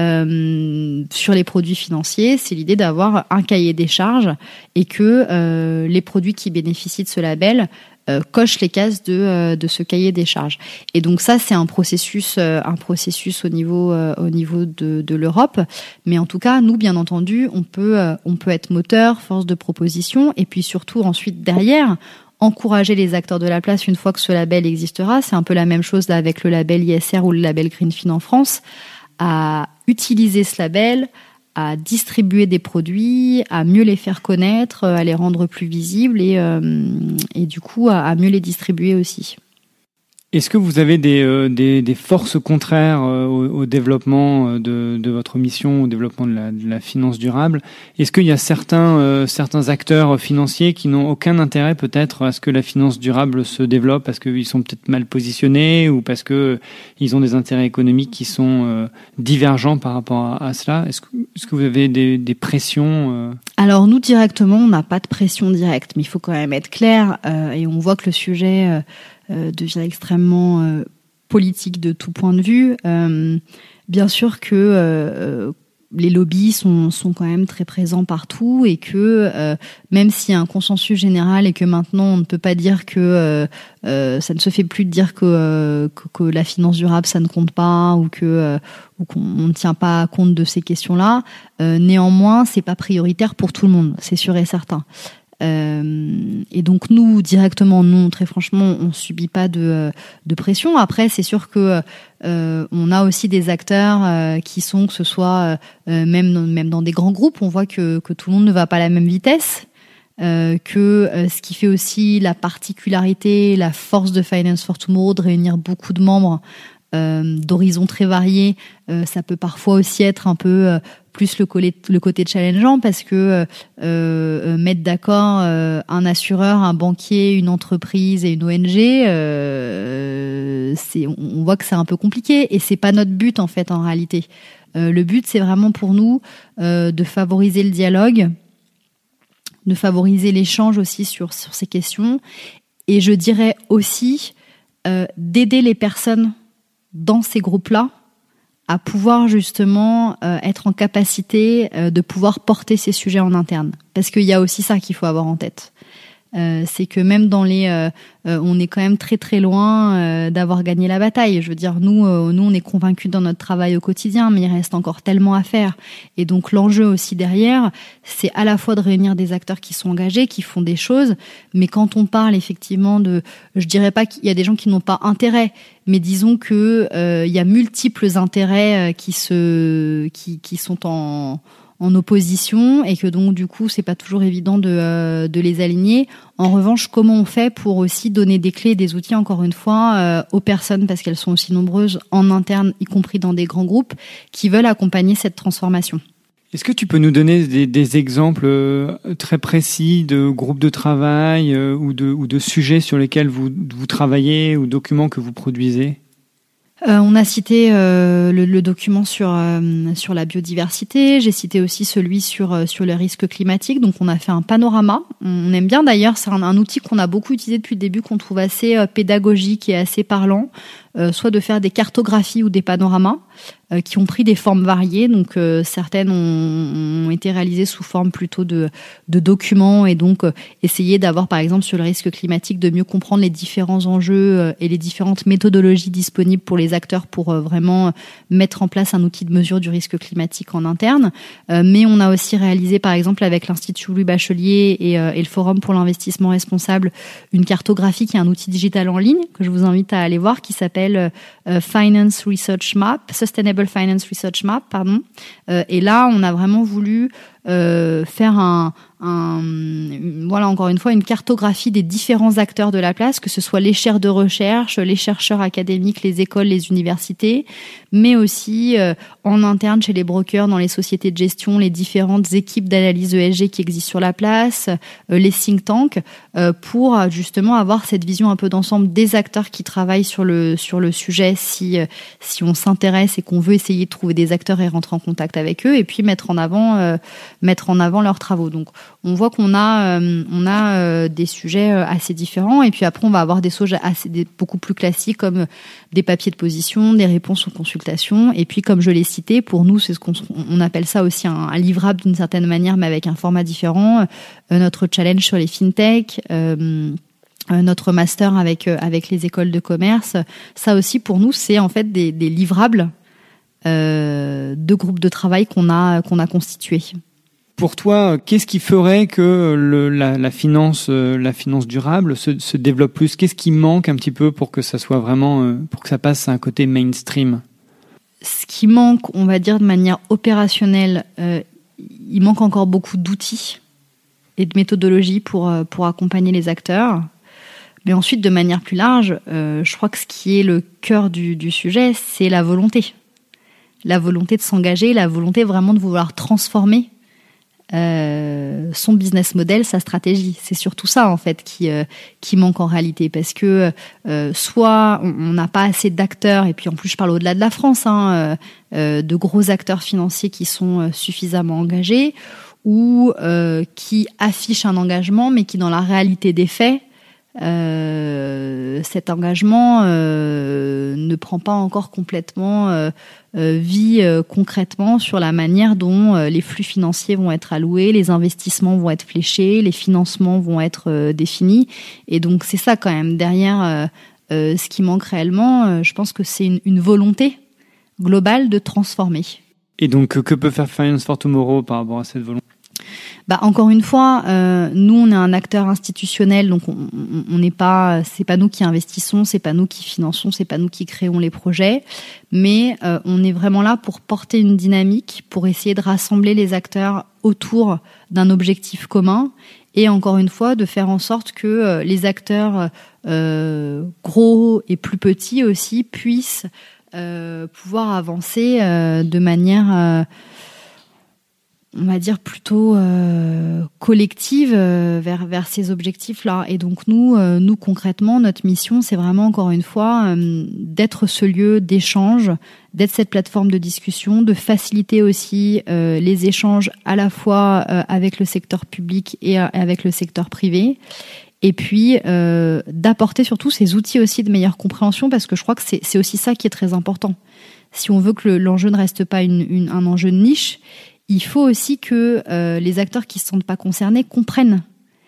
Speaker 3: euh, sur les produits financiers. C'est l'idée d'avoir un cahier des charges et que euh, les produits qui bénéficient de ce label euh, cochent les cases de euh, de ce cahier des charges. Et donc ça, c'est un processus euh, un processus au niveau euh, au niveau de de l'Europe. Mais en tout cas, nous, bien entendu, on peut euh, on peut être moteur, force de proposition et puis surtout ensuite derrière encourager les acteurs de la place une fois que ce label existera. C'est un peu la même chose là avec le label I S R ou le label Greenfin en France, à utiliser ce label, à distribuer des produits, à mieux les faire connaître, à les rendre plus visibles et, euh, et du coup à, à mieux les distribuer aussi.
Speaker 2: Est-ce que vous avez des, euh, des, des forces contraires euh, au, au développement de, de votre mission, au développement de la, de la finance durable ? Est-ce qu'il y a certains, euh, certains acteurs financiers qui n'ont aucun intérêt peut-être à ce que la finance durable se développe parce qu'ils sont peut-être mal positionnés ou parce qu'ils ont des intérêts économiques qui sont euh, divergents par rapport à, à cela ? Est-ce que, est-ce que vous avez des, des pressions euh...
Speaker 3: Alors nous, directement, on n'a pas de pression directe, mais il faut quand même être clair euh, et on voit que le sujet... Euh, Euh, devient extrêmement euh, politique de tout point de vue. Euh, bien sûr que euh, les lobbies sont, sont quand même très présents partout et que euh, même s'il y a un consensus général et que maintenant on ne peut pas dire que euh, euh, ça ne se fait plus de dire que, euh, que, que la finance durable ça ne compte pas ou que euh, ou qu'on ne tient pas compte de ces questions-là, euh, néanmoins c'est pas prioritaire pour tout le monde, c'est sûr et certain. Euh, et donc nous directement non, très franchement on subit pas de de pression. Après c'est sûr que euh, on a aussi des acteurs euh, qui sont, que ce soit euh, même dans, même dans des grands groupes, on voit que que tout le monde ne va pas à la même vitesse, euh, que euh, ce qui fait aussi la particularité, la force de Finance for Tomorrow, de réunir beaucoup de membres euh, d'horizons très variés, euh, ça peut parfois aussi être un peu euh, plus le, collet, le côté challengeant parce que euh, mettre d'accord euh, un assureur, un banquier, une entreprise et une O N G, euh, c'est, on voit que c'est un peu compliqué et c'est pas notre but en fait en réalité. Euh, le but c'est vraiment pour nous euh, de favoriser le dialogue, de favoriser l'échange aussi sur sur ces questions et je dirais aussi euh, d'aider les personnes dans ces groupes-là à pouvoir justement euh, être en capacité euh, de pouvoir porter ces sujets en interne. Parce qu'il y a aussi ça qu'il faut avoir en tête. Euh, c'est que même dans les... Euh, euh, on est quand même très très loin euh, d'avoir gagné la bataille. Je veux dire, nous, euh, nous on est convaincus dans notre travail au quotidien, mais il reste encore tellement à faire. Et donc l'enjeu aussi derrière, c'est à la fois de réunir des acteurs qui sont engagés, qui font des choses, mais quand on parle effectivement de... Je dirais pas qu'il y a des gens qui n'ont pas intérêt, mais disons que euh, il y a multiples intérêts euh, qui se qui qui sont en en opposition et que donc du coup c'est pas toujours évident de euh, de les aligner. En revanche, comment on fait pour aussi donner des clés et des outils encore une fois euh, aux personnes, parce qu'elles sont aussi nombreuses en interne, y compris dans des grands groupes, qui veulent accompagner cette transformation.
Speaker 2: Est-ce que tu peux nous donner des, des exemples très précis de groupes de travail euh, ou de ou de sujets sur lesquels vous vous travaillez ou documents que vous produisez ?
Speaker 3: Euh, on a cité euh, le, le document sur euh, sur la biodiversité. J'ai cité aussi celui sur euh, sur les risques climatiques. Donc on a fait un panorama. On aime bien d'ailleurs. C'est un, un outil qu'on a beaucoup utilisé depuis le début, qu'on trouve assez euh, pédagogique et assez parlant. Euh, soit de faire des cartographies ou des panoramas euh, qui ont pris des formes variées. Donc euh, certaines ont, ont été réalisées sous forme plutôt de, de documents et donc euh, essayer d'avoir par exemple sur le risque climatique de mieux comprendre les différents enjeux euh, et les différentes méthodologies disponibles pour les acteurs pour euh, vraiment mettre en place un outil de mesure du risque climatique en interne. Euh, mais on a aussi réalisé par exemple avec l'Institut Louis Bachelier et, euh, et le Forum pour l'investissement responsable une cartographie qui est un outil digital en ligne que je vous invite à aller voir qui s'appelle Euh, Finance Research Map, Sustainable Finance Research Map, pardon. Euh, et là, on a vraiment voulu euh, faire un, un, voilà, encore une fois, une cartographie des différents acteurs de la place, que ce soit les chaires de recherche, les chercheurs académiques, les écoles, les universités, mais aussi euh, en interne chez les brokers, dans les sociétés de gestion, les différentes équipes d'analyse E S G qui existent sur la place, euh, les think tanks, euh, pour justement avoir cette vision un peu d'ensemble des acteurs qui travaillent sur le sur le sujet, si euh, si on s'intéresse et qu'on veut essayer de trouver des acteurs et rentrer en contact avec eux, et puis mettre en avant euh, mettre en avant leurs travaux. Donc on voit qu'on a euh, on a euh, des sujets assez différents, et puis après on va avoir des choses assez des, beaucoup plus classiques comme des papiers de position, des réponses aux consultations, et puis comme je l'ai cité, pour nous c'est ce qu'on on appelle ça aussi un, un livrable d'une certaine manière, mais avec un format différent. Euh, notre challenge sur les fintech. Euh, notre master avec avec les écoles de commerce, ça aussi pour nous c'est en fait des, des livrables euh, de groupes de travail qu'on a qu'on a constitués.
Speaker 2: Pour toi, qu'est-ce qui ferait que le, la, la finance la finance durable se, se développe plus ? Qu'est-ce qui manque un petit peu pour que ça soit vraiment pour que ça passe à un côté mainstream ?
Speaker 3: Ce qui manque, on va dire de manière opérationnelle, euh, il manque encore beaucoup d'outils et de méthodologies pour pour accompagner les acteurs. Mais ensuite, de manière plus large, euh, je crois que ce qui est le cœur du, du sujet, c'est la volonté. La volonté de s'engager, la volonté vraiment de vouloir transformer euh, son business model, sa stratégie. C'est surtout ça, en fait, qui, euh, qui manque en réalité. Parce que euh, soit on n'a pas assez d'acteurs, et puis en plus, je parle au-delà de la France, hein, euh, de gros acteurs financiers qui sont suffisamment engagés, ou euh, qui affichent un engagement, mais qui, dans la réalité des faits, euh, cet engagement euh, ne prend pas encore complètement euh, euh, vie euh, concrètement sur la manière dont euh, les flux financiers vont être alloués, les investissements vont être fléchés, les financements vont être euh, définis. Et donc c'est ça quand même derrière euh, euh, ce qui manque réellement. Euh, je pense que c'est une, une volonté globale de transformer.
Speaker 2: Et donc que peut faire Finance for Tomorrow par rapport à cette volonté ?
Speaker 3: Bah encore une fois, euh, nous on est un acteur institutionnel, donc on n'est pas, c'est pas nous qui investissons, c'est pas nous qui finançons, c'est pas nous qui créons les projets, mais euh, on est vraiment là pour porter une dynamique, pour essayer de rassembler les acteurs autour d'un objectif commun, et encore une fois de faire en sorte que euh, les acteurs euh, gros et plus petits aussi puissent euh, pouvoir avancer euh, de manière euh, on va dire plutôt euh, collective euh, vers vers ces objectifs-là. Et donc nous, euh, nous concrètement, notre mission, c'est vraiment encore une fois euh, d'être ce lieu d'échange, d'être cette plateforme de discussion, de faciliter aussi euh, les échanges à la fois euh, avec le secteur public et euh, avec le secteur privé. Et puis euh, d'apporter surtout ces outils aussi de meilleure compréhension, parce que je crois que c'est c'est aussi ça qui est très important. Si on veut que le, l'enjeu ne reste pas une, une, un enjeu de niche, il faut aussi que euh, les acteurs qui ne se sentent pas concernés comprennent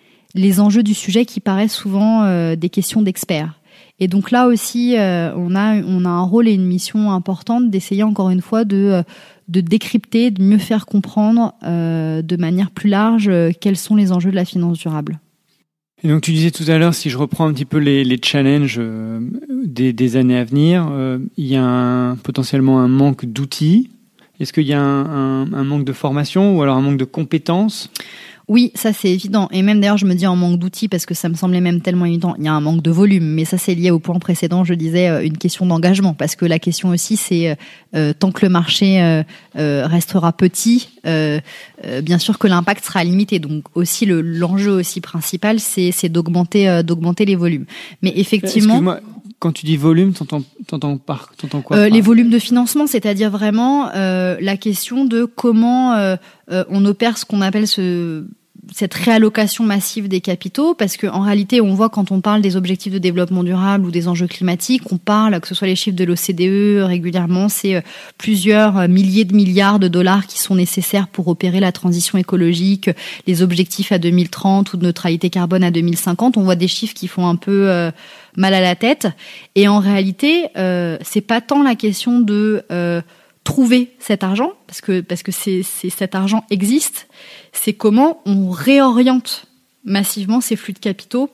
Speaker 3: les enjeux du sujet qui paraissent souvent euh, des questions d'experts. Et donc là aussi, euh, on a on a un rôle et une mission importante d'essayer encore une fois de de décrypter, de mieux faire comprendre euh, de manière plus large euh, quels sont les enjeux de la finance durable.
Speaker 2: Et donc tu disais tout à l'heure, si je reprends un petit peu les, les challenges euh, des, des années à venir, euh, il y a un, potentiellement un manque d'outils. Est-ce qu'il y a un, un, un manque de formation ou alors un manque de compétences ?
Speaker 3: Oui, ça c'est évident. Et même d'ailleurs, je me dis en manque d'outils parce que ça me semblait même tellement évident. Il y a un manque de volume, mais ça c'est lié au point précédent. Je disais euh, une question d'engagement, parce que la question aussi c'est euh, tant que le marché euh, euh, restera petit, euh, euh, bien sûr que l'impact sera limité. Donc aussi le, l'enjeu aussi principal c'est c'est d'augmenter euh, d'augmenter les volumes. Mais effectivement.
Speaker 2: Excuse-moi. Quand tu dis volume, t'entends, t'entends, par, t'entends quoi
Speaker 3: euh,
Speaker 2: par...
Speaker 3: Les volumes de financement, c'est-à-dire vraiment euh, la question de comment euh, euh, on opère ce qu'on appelle ce cette réallocation massive des capitaux, parce que en réalité, on voit quand on parle des objectifs de développement durable ou des enjeux climatiques, on parle, que ce soit les chiffres de l'O C D E régulièrement, c'est plusieurs milliers de milliards de dollars qui sont nécessaires pour opérer la transition écologique, les objectifs à deux mille trente ou de neutralité carbone à deux mille cinquante. On voit des chiffres qui font un peu euh, mal à la tête. Et en réalité, euh, c'est pas tant la question de euh, trouver cet argent, parce que parce que c'est, c'est cet argent existe, c'est comment on réoriente massivement ces flux de capitaux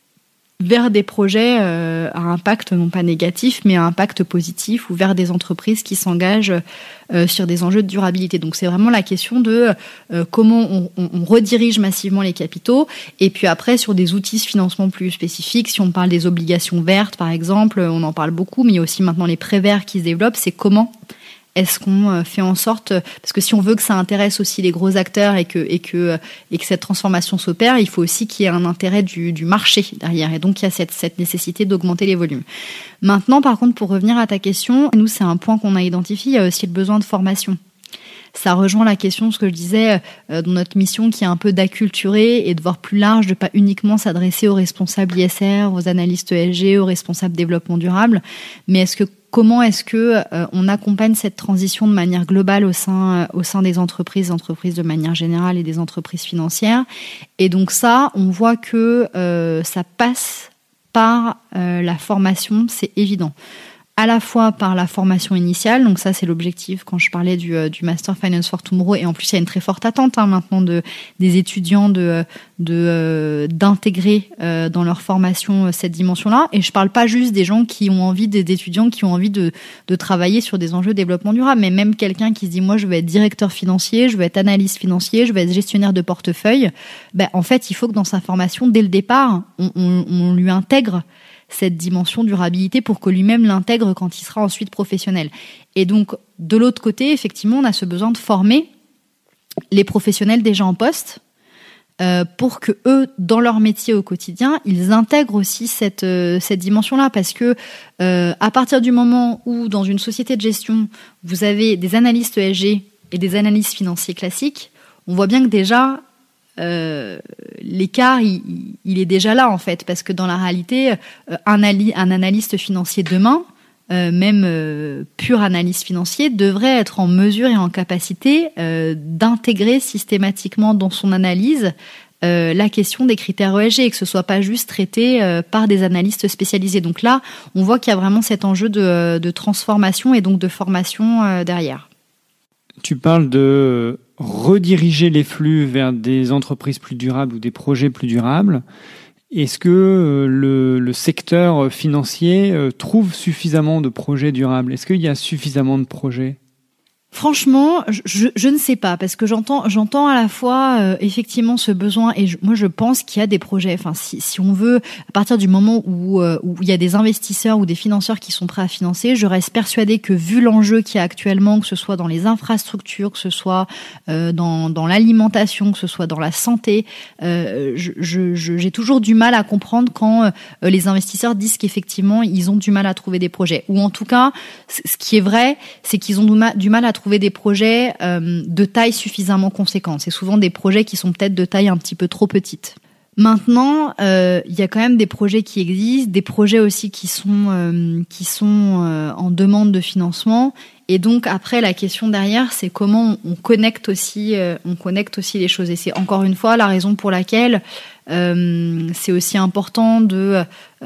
Speaker 3: vers des projets euh, à impact non pas négatif, mais à impact positif, ou vers des entreprises qui s'engagent euh, sur des enjeux de durabilité. Donc c'est vraiment la question de euh, comment on, on, on redirige massivement les capitaux, et puis après sur des outils de financement plus spécifiques. Si on parle des obligations vertes, par exemple, on en parle beaucoup, mais il y a aussi maintenant les prêts verts qui se développent. C'est comment est-ce qu'on fait en sorte, parce que si on veut que ça intéresse aussi les gros acteurs et que et que et que cette transformation s'opère, il faut aussi qu'il y ait un intérêt du du marché derrière, et donc il y a cette cette nécessité d'augmenter les volumes. Maintenant, par contre, pour revenir à ta question, nous c'est un point qu'on a identifié, il y a aussi le besoin de formation. Ça rejoint la question, ce que je disais, euh, dans notre mission qui est un peu d'acculturer et de voir plus large, de pas uniquement s'adresser aux responsables I S R, aux analystes E S G, aux responsables développement durable, mais est-ce que comment est-ce que euh, on accompagne cette transition de manière globale au sein euh, au sein des entreprises, des entreprises de manière générale et des entreprises financières. Et donc ça, on voit que euh, ça passe par euh, la formation, c'est évident. À la fois par la formation initiale, donc ça c'est l'objectif quand je parlais du, euh, du Master Finance for Tomorrow, et en plus il y a une très forte attente hein, maintenant de, des étudiants de, de, euh, d'intégrer euh, dans leur formation euh, cette dimension-là, et je parle pas juste des gens qui ont envie, des étudiants qui ont envie de, de travailler sur des enjeux de développement durable, mais même quelqu'un qui se dit moi je veux être directeur financier, je veux être analyste financier, je veux être gestionnaire de portefeuille, ben, en fait il faut que dans sa formation dès le départ on, on, on lui intègre cette dimension durabilité pour que lui-même l'intègre quand il sera ensuite professionnel. Et donc, de l'autre côté, effectivement, on a ce besoin de former les professionnels déjà en poste euh, pour que eux, dans leur métier au quotidien, ils intègrent aussi cette, euh, cette dimension-là. Parce que euh, à partir du moment où, dans une société de gestion, vous avez des analystes E S G et des analystes financiers classiques, on voit bien que déjà, euh, l'écart, il, il est déjà là en fait, parce que dans la réalité, un, ali, un analyste financier demain, euh, même euh, pur analyste financier, devrait être en mesure et en capacité euh, d'intégrer systématiquement dans son analyse Euh, la question des critères E S G et que ce soit pas juste traité euh, par des analystes spécialisés. Donc là, on voit qu'il y a vraiment cet enjeu de, de transformation et donc de formation euh, derrière.
Speaker 2: Tu parles de rediriger les flux vers des entreprises plus durables ou des projets plus durables. Est-ce que le, le secteur financier trouve suffisamment de projets durables ? Est-ce qu'il y a suffisamment de projets ?
Speaker 3: Franchement, je, je ne sais pas, parce que j'entends, j'entends à la fois euh, effectivement ce besoin, et je, moi je pense qu'il y a des projets. Enfin, si, si on veut, à partir du moment où euh, où il y a des investisseurs ou des financeurs qui sont prêts à financer, je reste persuadée que vu l'enjeu qu'il y a actuellement, que ce soit dans les infrastructures, que ce soit euh, dans dans l'alimentation, que ce soit dans la santé, euh, je, je, je, j'ai toujours du mal à comprendre quand euh, les investisseurs disent qu'effectivement ils ont du mal à trouver des projets. Ou en tout cas, ce qui est vrai, c'est qu'ils ont du mal, du mal à trouver trouver des projets euh, de taille suffisamment conséquente. C'est souvent des projets qui sont peut-être de taille un petit peu trop petite. Maintenant, euh, il y a quand même des projets qui existent, des projets aussi qui sont euh, qui sont euh, en demande de financement. Et donc après, la question derrière, c'est comment on, on connecte aussi, euh, on connecte aussi les choses. Et c'est encore une fois la raison pour laquelle euh, c'est aussi important de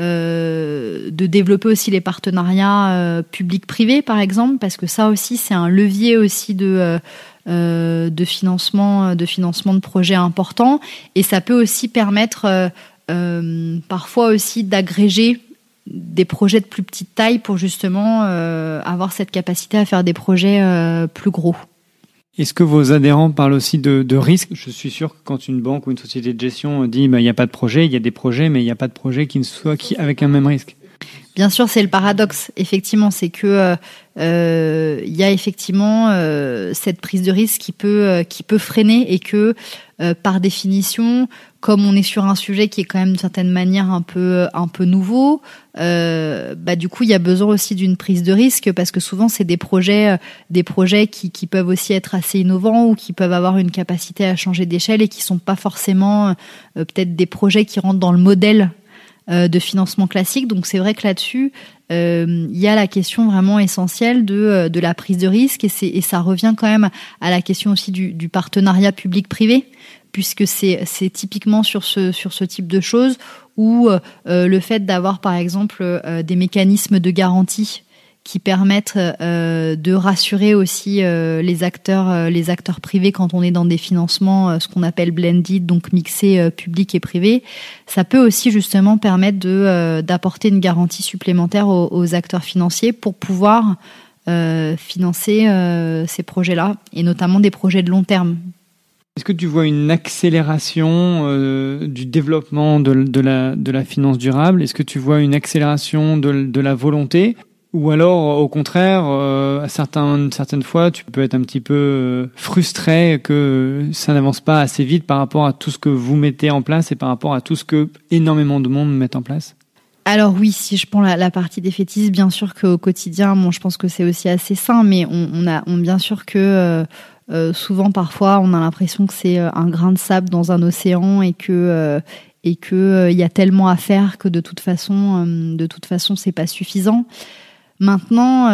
Speaker 3: euh, de développer aussi les partenariats euh, publics-privés, par exemple, parce que ça aussi c'est un levier aussi de euh, euh, de financement de financement de projets importants, et ça peut aussi permettre euh, euh, parfois aussi d'agréger des projets de plus petite taille pour justement euh, avoir cette capacité à faire des projets euh, plus gros.
Speaker 2: Est-ce que vos adhérents parlent aussi de, de risques ? Je suis sûr que quand une banque ou une société de gestion dit bah, il n'y a pas de projet, il y a des projets, mais il n'y a pas de projet qui ne soit qui, avec un même risque.
Speaker 3: Bien sûr, c'est le paradoxe. Effectivement, c'est que euh, il y a effectivement euh, cette prise de risque qui peut euh, qui peut freiner, et que euh, par définition, comme on est sur un sujet qui est quand même d'une certaine manière un peu un peu nouveau, euh, bah du coup il y a besoin aussi d'une prise de risque, parce que souvent c'est des projets des projets qui qui peuvent aussi être assez innovants, ou qui peuvent avoir une capacité à changer d'échelle, et qui sont pas forcément euh, peut-être des projets qui rentrent dans le modèle de financement classique. Donc c'est vrai que là-dessus, euh, il y a la question vraiment essentielle de, de la prise de risque, et, c'est, et ça revient quand même à la question aussi du, du partenariat public-privé, puisque c'est, c'est typiquement sur ce, sur ce type de choses où euh, le fait d'avoir par exemple euh, des mécanismes de garantie qui permettent euh, de rassurer aussi euh, les acteurs, euh, les acteurs privés quand on est dans des financements, euh, ce qu'on appelle blended, donc mixés euh, public et privé. Ça peut aussi justement permettre de euh, d'apporter une garantie supplémentaire aux, aux acteurs financiers pour pouvoir euh, financer euh, ces projets-là, et notamment des projets de long terme.
Speaker 2: Est-ce que tu vois une accélération euh, du développement de, de la de la finance durable ? Est-ce que tu vois une accélération de, de la volonté ? Ou alors, au contraire, euh, à certains, certaines fois, tu peux être un petit peu euh, frustré que ça n'avance pas assez vite par rapport à tout ce que vous mettez en place et par rapport à tout ce que énormément de monde met en place ?
Speaker 3: Alors oui, si je prends la, la partie défaitiste, bien sûr qu'au quotidien, bon, je pense que c'est aussi assez sain, mais on, on a, on, bien sûr que euh, euh, souvent, parfois, on a l'impression que c'est un grain de sable dans un océan, et que euh, et que euh, y a tellement à faire que de toute façon, euh, de toute façon, c'est pas suffisant. Maintenant,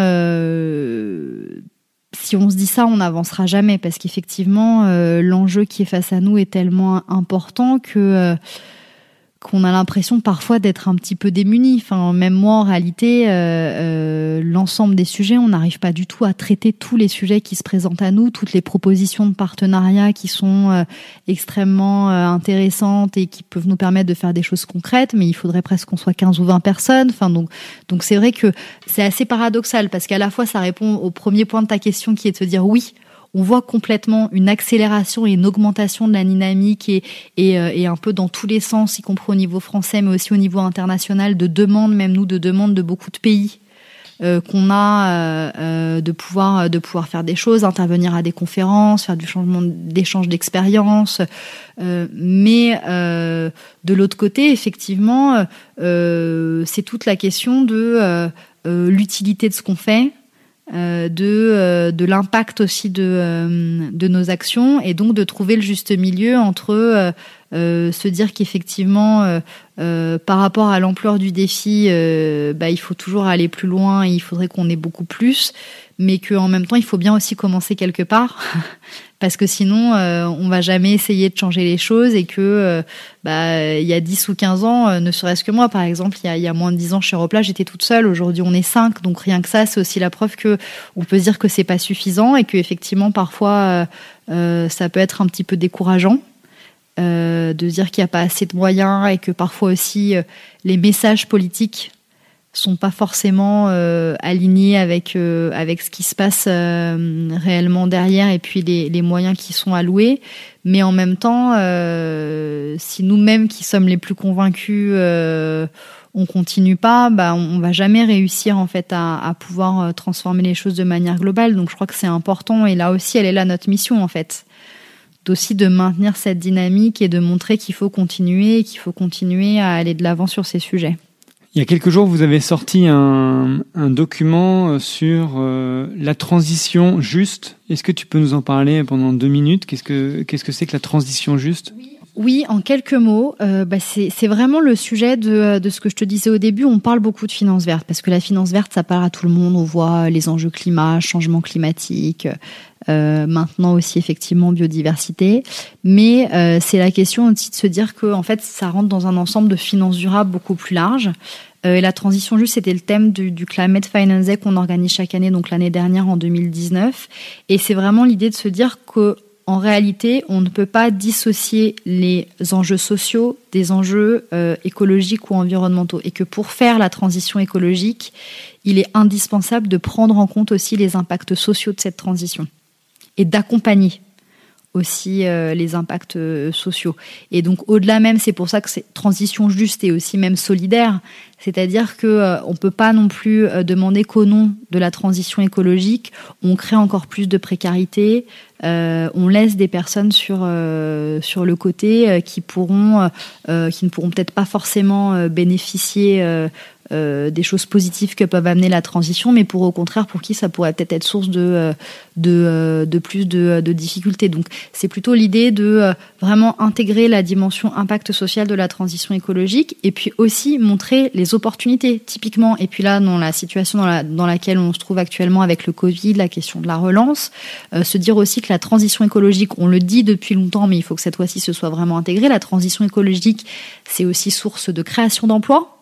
Speaker 3: euh, si on se dit ça, on n'avancera jamais, parce qu'effectivement, euh, l'enjeu qui est face à nous est tellement important que euh, qu'on a l'impression parfois d'être un petit peu démunis. Enfin, même moi, en réalité, euh, euh, l'ensemble des sujets, on n'arrive pas du tout à traiter tous les sujets qui se présentent à nous, toutes les propositions de partenariat qui sont euh, extrêmement euh, intéressantes et qui peuvent nous permettre de faire des choses concrètes, mais il faudrait presque qu'on soit quinze ou vingt personnes. Enfin, donc, donc c'est vrai que c'est assez paradoxal, parce qu'à la fois, ça répond au premier point de ta question, qui est de se dire oui, on voit complètement une accélération et une augmentation de la dynamique, et, et, et un peu dans tous les sens, y compris au niveau français, mais aussi au niveau international, de demandes, même nous, de demandes de beaucoup de pays euh, qu'on a euh, euh, de pouvoir de pouvoir faire des choses, intervenir à des conférences, faire du changement d'échange d'expérience. Euh, mais euh, de l'autre côté, effectivement, euh, c'est toute la question de euh, euh, l'utilité de ce qu'on fait. euh, de euh, de l'impact aussi de euh, de nos actions, et donc de trouver le juste milieu entre euh, euh, se dire qu'effectivement euh, euh, par rapport à l'ampleur du défi, euh, bah il faut toujours aller plus loin et il faudrait qu'on ait beaucoup plus, mais qu'en même temps il faut bien aussi commencer quelque part. Parce que sinon, euh, on va jamais essayer de changer les choses, et que euh, bah il y a dix ou quinze ans, euh, ne serait-ce que moi, par exemple, il y a, il y a moins de dix ans chez Replat, j'étais toute seule. Aujourd'hui, on est cinq, donc rien que ça, c'est aussi la preuve que on peut se dire que c'est pas suffisant, et que effectivement, parfois, euh, euh, ça peut être un petit peu décourageant euh, de dire qu'il n'y a pas assez de moyens, et que parfois aussi euh, les messages politiques sont pas forcément euh, alignés avec euh, avec ce qui se passe euh, réellement derrière, et puis les les moyens qui sont alloués. Mais en même temps, euh, si nous-mêmes qui sommes les plus convaincus, euh, on continue pas, bah on, on va jamais réussir en fait à, à pouvoir transformer les choses de manière globale. Donc je crois que c'est important, et là aussi elle est là notre mission en fait, d'aussi de maintenir cette dynamique et de montrer qu'il faut continuer, qu'il faut continuer à aller de l'avant sur ces sujets.
Speaker 2: Il y a quelques jours, vous avez sorti un, un document sur euh, la transition juste. Est-ce que tu peux nous en parler pendant deux minutes ? Qu'est-ce que qu'est-ce que c'est que la transition juste ?
Speaker 3: Oui, en quelques mots, euh, bah c'est, c'est vraiment le sujet de, de ce que je te disais au début. On parle beaucoup de finance verte, parce que la finance verte, ça parle à tout le monde. On voit les enjeux climat, changement climatique, euh, maintenant aussi effectivement biodiversité. Mais euh, c'est la question aussi de se dire que en fait, ça rentre dans un ensemble de finances durables beaucoup plus large. Euh, et la transition juste, c'était le thème du, du Climate Finance Day qu'on organise chaque année, donc l'année dernière en deux mille dix-neuf. Et c'est vraiment l'idée de se dire que en réalité, on ne peut pas dissocier les enjeux sociaux des enjeux euh, écologiques ou environnementaux, et que pour faire la transition écologique, il est indispensable de prendre en compte aussi les impacts sociaux de cette transition et d'accompagner aussi euh, les impacts euh, sociaux. Et donc au-delà même, c'est pour ça que c'est transition juste et aussi même solidaire, c'est-à-dire que euh, on peut pas non plus euh, demander qu'au nom de la transition écologique, on crée encore plus de précarité, euh, on laisse des personnes sur euh, sur le côté euh, qui pourront euh, qui ne pourront peut-être pas forcément euh, bénéficier euh, Euh, des choses positives que peuvent amener la transition, mais pour au contraire pour qui ça pourrait peut-être être source de de de plus de, de difficultés. Donc c'est plutôt l'idée de vraiment intégrer la dimension impact social de la transition écologique, et puis aussi montrer les opportunités typiquement. Et puis là, dans la situation dans, la, dans laquelle on se trouve actuellement avec le Covid, la question de la relance, euh, se dire aussi que la transition écologique, on le dit depuis longtemps, mais il faut que cette fois-ci ce soit vraiment intégré. La transition écologique, c'est aussi source de création d'emplois,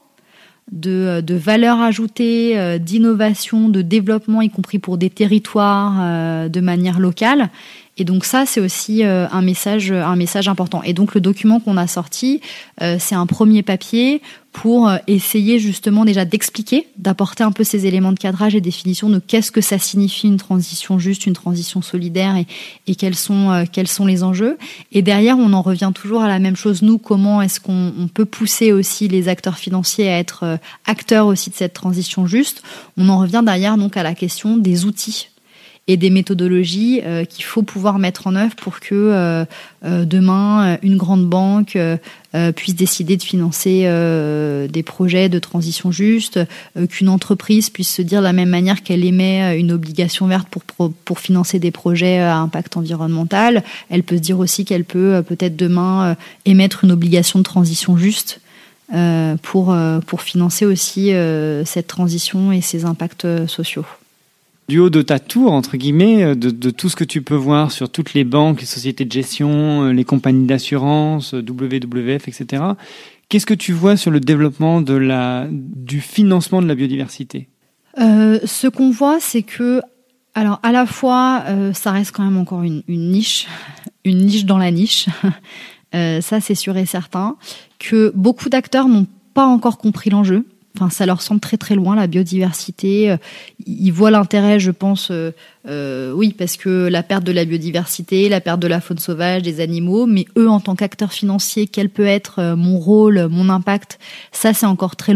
Speaker 3: de, de valeur ajoutée, euh, d'innovation, de développement, y compris pour des territoires euh, de manière locale. Et donc ça, c'est aussi euh, un message, un message important. Et donc le document qu'on a sorti, euh, c'est un premier papier pour euh, essayer justement déjà d'expliquer, d'apporter un peu ces éléments de cadrage et définition de qu'est-ce que ça signifie une transition juste, une transition solidaire, et, et quels sont euh, quels sont les enjeux. Et derrière, on en revient toujours à la même chose. Nous, comment est-ce qu'on on peut pousser aussi les acteurs financiers à être euh, acteurs aussi de cette transition juste ? On en revient derrière donc à la question des outils et des méthodologies euh, qu'il faut pouvoir mettre en œuvre pour que euh, euh, demain, une grande banque euh, euh, puisse décider de financer euh, des projets de transition juste, euh, qu'une entreprise puisse se dire de la même manière qu'elle émet une obligation verte pour, pour, pour financer des projets à impact environnemental, elle peut se dire aussi qu'elle peut euh, peut-être demain euh, émettre une obligation de transition juste euh, pour, euh, pour financer aussi euh, cette transition et ses impacts euh, sociaux.
Speaker 2: Du haut de ta tour, entre guillemets, de, de tout ce que tu peux voir sur toutes les banques, les sociétés de gestion, les compagnies d'assurance, W W F, et cetera, qu'est-ce que tu vois sur le développement de la, du financement de la biodiversité ?
Speaker 3: euh, Ce qu'on voit, c'est que, alors à la fois, euh, ça reste quand même encore une, une niche, une niche dans la niche, euh, ça c'est sûr et certain, que beaucoup d'acteurs n'ont pas encore compris l'enjeu. Enfin, ça leur semble très très loin, la biodiversité. Ils voient l'intérêt, je pense, euh, euh, oui, parce que la perte de la biodiversité, la perte de la faune sauvage, des animaux, mais eux, en tant qu'acteurs financiers, quel peut être mon rôle, mon impact, ça c'est encore très loin.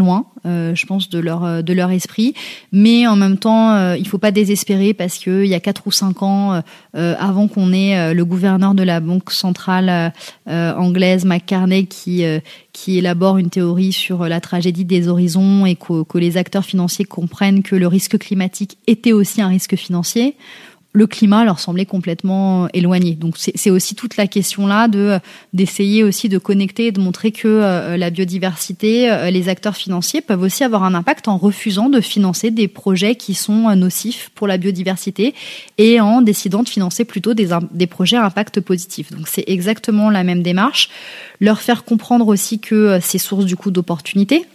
Speaker 3: euh, je pense, de leur de leur esprit. Mais en même temps, euh, il faut pas désespérer parce que il y a quatre ou cinq ans, euh, avant qu'on ait euh, le gouverneur de la Banque centrale euh, anglaise, McCartney, qui euh, qui élabore une théorie sur la tragédie des horizons et que, que les acteurs financiers comprennent que le risque climatique était aussi un risque financier, le climat leur semblait complètement éloigné. Donc c'est, c'est aussi toute la question là de d'essayer aussi de connecter et de montrer que euh, la biodiversité, euh, les acteurs financiers peuvent aussi avoir un impact en refusant de financer des projets qui sont euh, nocifs pour la biodiversité et en décidant de financer plutôt des des projets à impact positif. Donc c'est exactement la même démarche. Leur faire comprendre aussi que euh, c'est source du coup d'opportunités.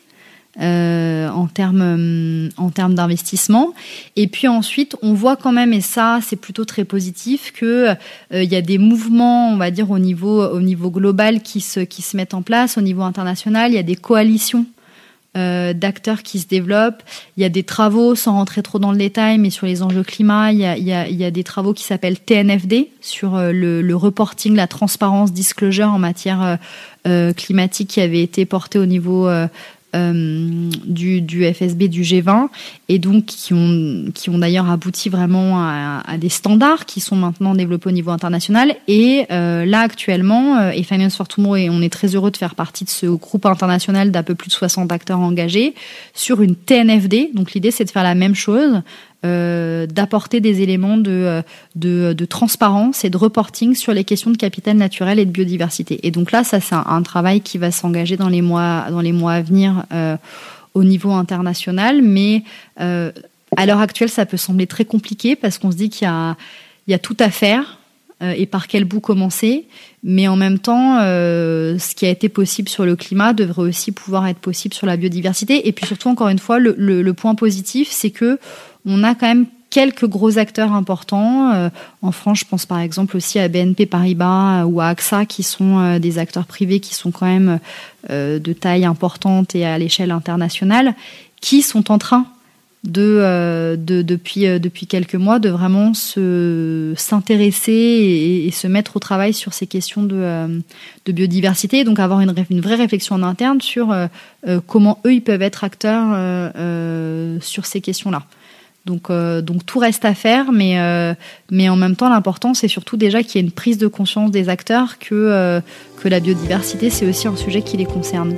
Speaker 3: Euh, en termes euh, en termes d'investissement. Et puis ensuite, on voit quand même, et ça c'est plutôt très positif, que euh, il y a des mouvements, on va dire au niveau au niveau global qui se qui se mettent en place, au niveau international. Il y a des coalitions euh, d'acteurs qui se développent. Il y a des travaux, sans rentrer trop dans le détail, mais sur les enjeux climat, il y a il y a il y a des travaux qui s'appellent T N F D sur euh, le, le reporting, la transparence, disclosure en matière euh, euh, climatique qui avait été porté au niveau euh, Euh, du, du F S B, du G vingt, et donc qui ont, qui ont d'ailleurs abouti vraiment à, à des standards qui sont maintenant développés au niveau international. Et euh, là, actuellement, euh, et Finance for Tomorrow, et on est très heureux de faire partie de ce groupe international d'à peu plus de soixante acteurs engagés sur une T N F D. Donc l'idée, c'est de faire la même chose, Euh, d'apporter des éléments de, de, de transparence et de reporting sur les questions de capital naturel et de biodiversité. Et donc là, ça, c'est un, un travail qui va s'engager dans les mois, dans les mois à venir euh, au niveau international. Mais euh, à l'heure actuelle, ça peut sembler très compliqué parce qu'on se dit qu'il y a, il y a tout à faire euh, et par quel bout commencer. Mais en même temps, euh, ce qui a été possible sur le climat devrait aussi pouvoir être possible sur la biodiversité. Et puis surtout, encore une fois, le, le, le point positif, c'est que on a quand même quelques gros acteurs importants. Euh, en France, je pense par exemple aussi à B N P Paribas ou à AXA, qui sont euh, des acteurs privés qui sont quand même euh, de taille importante et à l'échelle internationale, qui sont en train de, euh, de depuis euh, depuis quelques mois, de vraiment se s'intéresser et, et se mettre au travail sur ces questions de euh, de biodiversité, et donc avoir une, une vraie réflexion en interne sur euh, euh, comment eux ils peuvent être acteurs euh, euh, sur ces questions-là. Donc, euh, donc tout reste à faire, mais, euh, mais en même temps, l'important, c'est surtout déjà qu'il y ait une prise de conscience des acteurs que, euh, que la biodiversité, c'est aussi un sujet qui les concerne.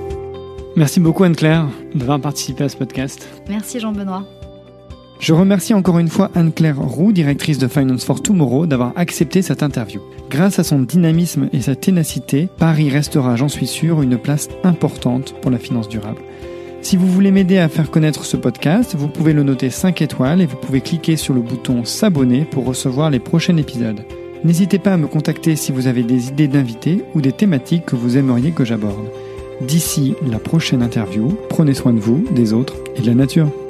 Speaker 2: Merci beaucoup Anne-Claire d'avoir participé à ce podcast.
Speaker 3: Merci Jean-Benoît.
Speaker 2: Je remercie encore une fois Anne-Claire Roux, directrice de Finance for Tomorrow, d'avoir accepté cette interview. Grâce à son dynamisme et sa ténacité, Paris restera, j'en suis sûr, une place importante pour la finance durable. Si vous voulez m'aider à faire connaître ce podcast, vous pouvez le noter cinq étoiles et vous pouvez cliquer sur le bouton s'abonner pour recevoir les prochains épisodes. N'hésitez pas à me contacter si vous avez des idées d'invités ou des thématiques que vous aimeriez que j'aborde. D'ici la prochaine interview, prenez soin de vous, des autres et de la nature.